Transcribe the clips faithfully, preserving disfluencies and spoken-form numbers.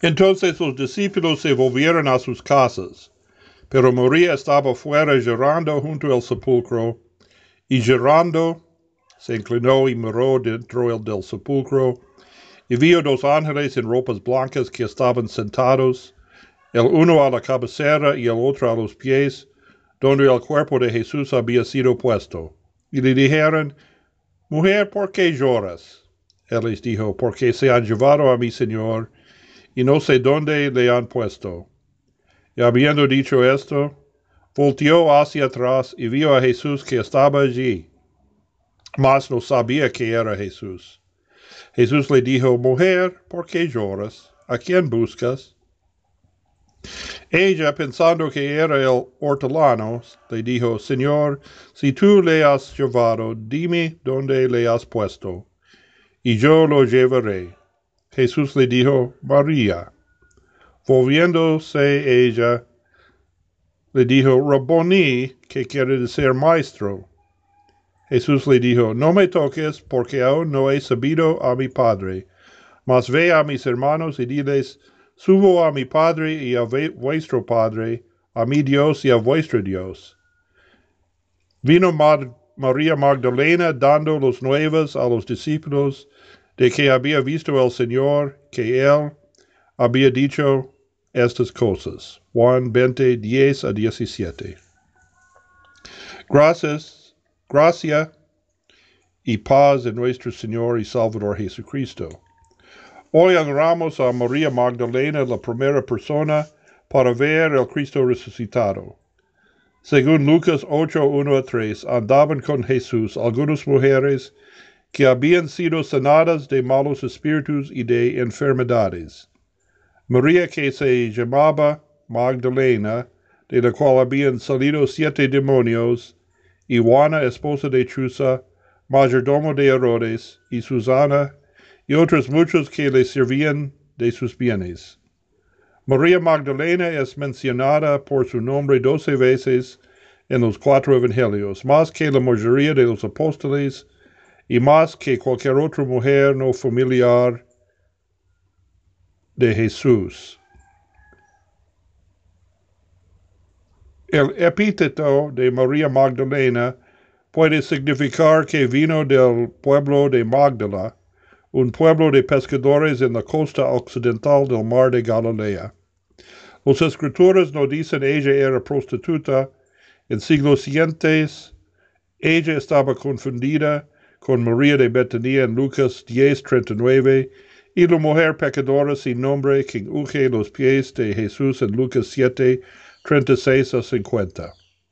Entonces los discípulos se volvieron a sus casas, pero María estaba fuera llorando junto al sepulcro, y llorando se inclinó y miró dentro del sepulcro, y vio dos ángeles en ropas blancas que estaban sentados, el uno a la cabecera y el otro a los pies, donde el cuerpo de Jesús había sido puesto. Y le dijeron, Mujer, ¿por qué lloras? Él les dijo, porque se han llevado a mi Señor, y no sé dónde le han puesto. Y habiendo dicho esto, volteó hacia atrás y vio a Jesús que estaba allí, mas no sabía que era Jesús. Jesús le dijo, Mujer, ¿por qué lloras? ¿A quién buscas? Ella, pensando que era el hortelano, le dijo, Señor, si tú le has llevado, dime dónde le has puesto, y yo lo llevaré. Jesús le dijo, María. Volviéndose ella, le dijo, Rabboni, que quiere decir maestro. Jesús le dijo, no me toques, porque aún no he sabido a mi Padre, mas ve a mis hermanos y diles, subo a mi Padre y a vuestro Padre, a mi Dios y a vuestro Dios. Vino Mar María Magdalena dando los nuevas a los discípulos de que había visto al Señor, que él había dicho estas cosas. Juan veinte, diez a diecisiete. Gracias, gracia y paz de nuestro Señor y Salvador Jesucristo. Hoy honramos a María Magdalena, la primera persona, para ver al Cristo resucitado. Según Lucas ocho, uno a tres, andaban con Jesús algunas mujeres que habían sido sanadas de malos espíritus y de enfermedades. María, que se llamaba Magdalena, de la cual habían salido siete demonios, y Juana, esposa de Chuza, mayordomo de Herodes, y Susana, y otros muchos que le servían de sus bienes. María Magdalena es mencionada por su nombre doce veces en los cuatro evangelios, más que la mayoría de los apóstoles y más que cualquier otra mujer no familiar de Jesús. El epíteto de María Magdalena puede significar que vino del pueblo de Magdala, un pueblo de pescadores en la costa occidental del mar de Galilea. Los escritores no dicen ella era prostituta. En siglos siguientes, ella estaba confundida con María de Betania en Lucas diez, treinta y nueve, y la mujer pecadora sin nombre que unge los pies de Jesús en Lucas siete, treinta y seis a cincuenta.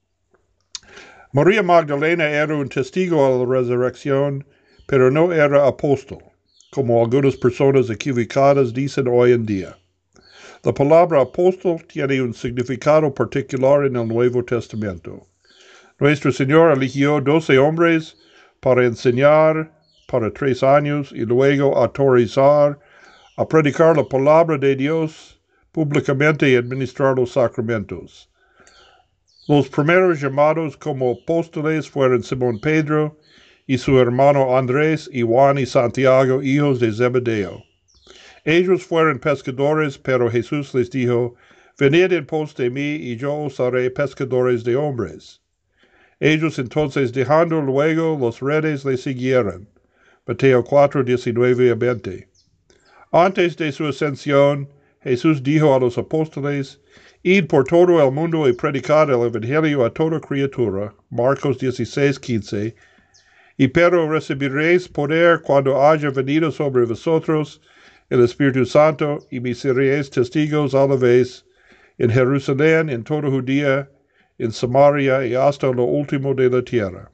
María Magdalena era un testigo a la resurrección, pero no era apóstol, como algunas personas equivocadas dicen hoy en día. La palabra apóstol tiene un significado particular en el Nuevo Testamento. Nuestro Señor eligió doce hombres para enseñar para tres años y luego autorizar a predicar la palabra de Dios públicamente y administrar los sacramentos. Los primeros llamados como apóstoles fueron Simón Pedro y su hermano Andrés y Juan y Santiago, hijos de Zebedeo. Ellos fueron pescadores, pero Jesús les dijo, venid en pos de mí y yo os haré pescadores de hombres. Ellos entonces, dejando luego los redes, le siguieron. Mateo cuatro, diecinueve a veinte. Antes de su ascensión, Jesús dijo a los apóstoles, id por todo el mundo y predicad el evangelio a toda criatura. Marcos dieciséis, quince. Y pero recibiréis poder cuando haya venido sobre vosotros el Espíritu Santo, y me seréis testigos a la vez en Jerusalén, en toda Judea, en Samaria y hasta lo último de la tierra.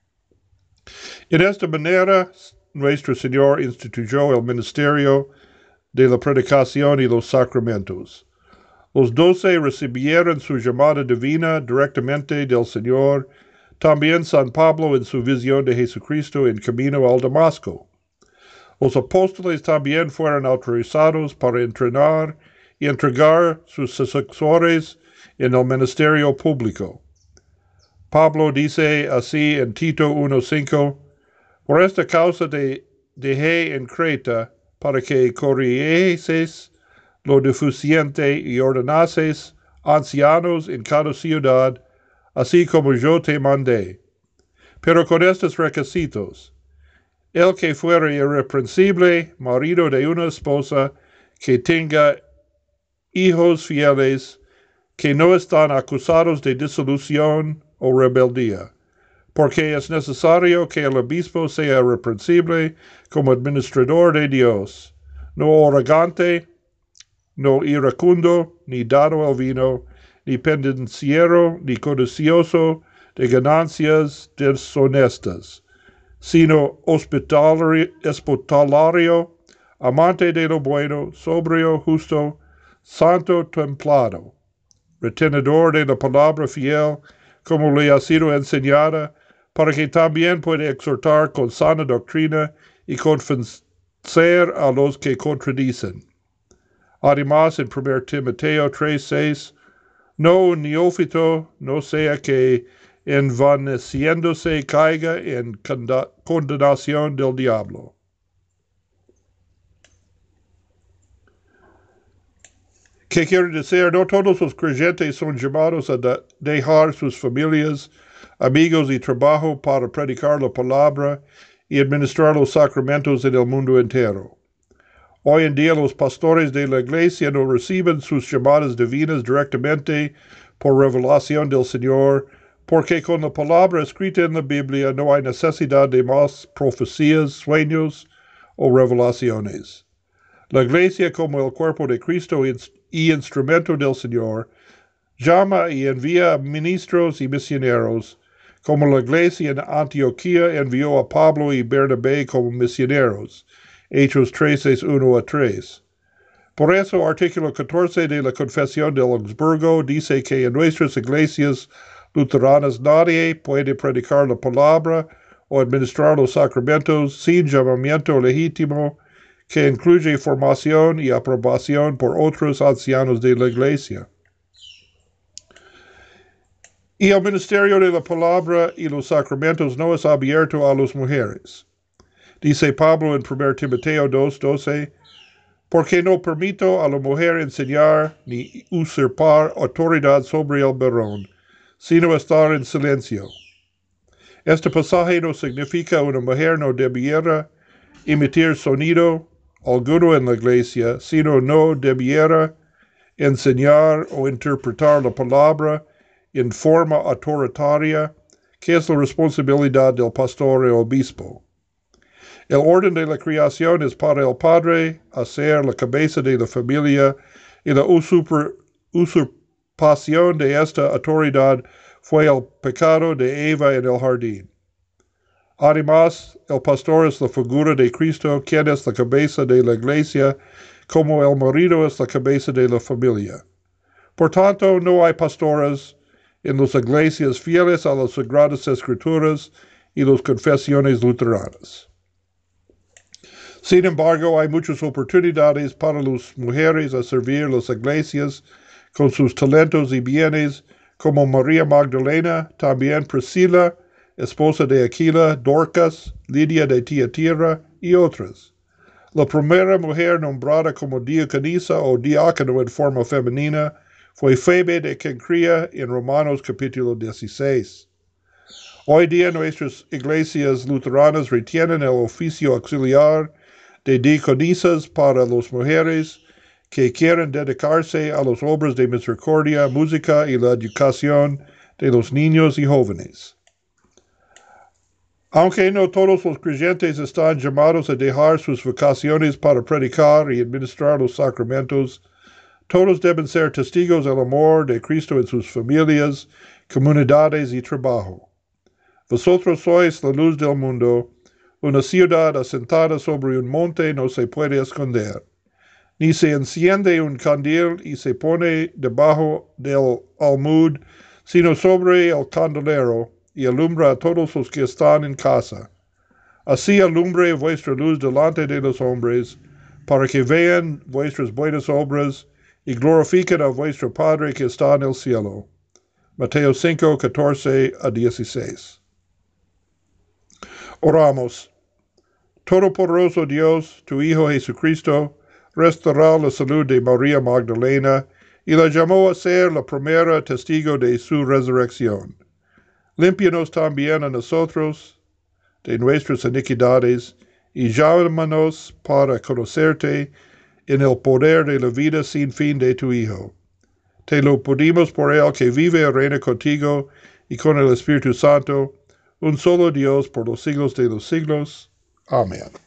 En esta manera, nuestro Señor instituyó el ministerio de la predicación y los sacramentos. Los doce recibieron su llamada divina directamente del Señor, también San Pablo en su visión de Jesucristo en camino al Damasco. Los apóstoles también fueron autorizados para entrenar y entregar sus sucesores en el ministerio público. Pablo dice así en Tito uno cinco, por esta causa te dejé en Creta para que corrigieses lo deficiente y ordenases ancianos en cada ciudad, así como yo te mandé. Pero con estos requisitos: el que fuere irreprensible, marido de una esposa, que tenga hijos fieles, que no están acusados de disolución o rebeldía, porque es necesario que el obispo sea irreprensible como administrador de Dios, no arrogante, no iracundo, ni dado al vino, ni pendenciero, ni codicioso de ganancias deshonestas, sino hospitalario, hospitalario, amante de lo bueno, sobrio, justo, santo, templado, retenedor de la palabra fiel, como le ha sido enseñada, para que también pueda exhortar con sana doctrina y convencer a los que contradicen. Además, en primera Timoteo tres seis, no un neófito, no sea que envaneciéndose caiga en condenación del diablo. ¿Qué quiere decir? No todos los creyentes son llamados a dejar sus familias, amigos y trabajo para predicar la palabra y administrar los sacramentos en el mundo entero. Hoy en día los pastores de la iglesia no reciben sus llamadas divinas directamente por revelación del Señor, porque con la palabra escrita en la Biblia no hay necesidad de más profecías, sueños o revelaciones. La iglesia, como el cuerpo de Cristo y instrumento del Señor, llama y envía ministros y misioneros, como la iglesia en Antioquía envió a Pablo y Bernabé como misioneros, Hechos trece, uno a tres. Por eso, artículo catorce de la Confesión de Augsburgo dice que en nuestras iglesias luteranas nadie puede predicar la palabra o administrar los sacramentos sin llamamiento legítimo que incluye formación y aprobación por otros ancianos de la iglesia. Y el ministerio de la palabra y los sacramentos no es abierto a las mujeres. Dice Pablo en primera Timoteo dos doce, porque no permito a la mujer enseñar ni usurpar autoridad sobre el varón, sino estar en silencio. Este pasaje no significa una mujer no debiera emitir sonido alguno en la iglesia, sino no debiera enseñar o interpretar la palabra en forma autoritaria, que es la responsabilidad del pastor o obispo. El orden de la creación es para el padre hacer la cabeza de la familia, y la usurp usurpación de esta autoridad fue el pecado de Eva en el jardín. Además, el pastor es la figura de Cristo, quien es la cabeza de la iglesia, como el marido es la cabeza de la familia. Por tanto, no hay pastores en las iglesias fieles a las Sagradas Escrituras y las confesiones luteranas. Sin embargo, hay muchas oportunidades para las mujeres a servir las iglesias con sus talentos y bienes, como María Magdalena, también Priscila, esposa de Aquila, Dorcas, Lidia de Tiatira y otras. La primera mujer nombrada como diaconisa o diácono en forma femenina fue Febe de Kencrea en Romanos capítulo dieciséis. Hoy día nuestras iglesias luteranas retienen el oficio auxiliar de diaconisas para las mujeres que quieren dedicarse a las obras de misericordia, música y la educación de los niños y jóvenes. Aunque no todos los creyentes están llamados a dejar sus vocaciones para predicar y administrar los sacramentos, todos deben ser testigos del amor de Cristo en sus familias, comunidades y trabajo. Vosotros sois la luz del mundo. Una ciudad asentada sobre un monte no se puede esconder, ni se enciende un candil y se pone debajo del almud, sino sobre el candelero, y alumbra a todos los que están en casa. Así alumbre vuestra luz delante de los hombres, para que vean vuestras buenas obras y glorifiquen a vuestro Padre que está en el cielo. Mateo cinco, catorce a dieciséis. Oramos. Todopoderoso Dios, tu Hijo Jesucristo, restauró la salud de María Magdalena y la llamó a ser la primera testigo de su resurrección. Límpianos también a nosotros de nuestras iniquidades y llámanos para conocerte en el poder de la vida sin fin de tu Hijo. Te lo pedimos por él que vive y reina contigo y con el Espíritu Santo, un solo Dios por los siglos de los siglos. Amén.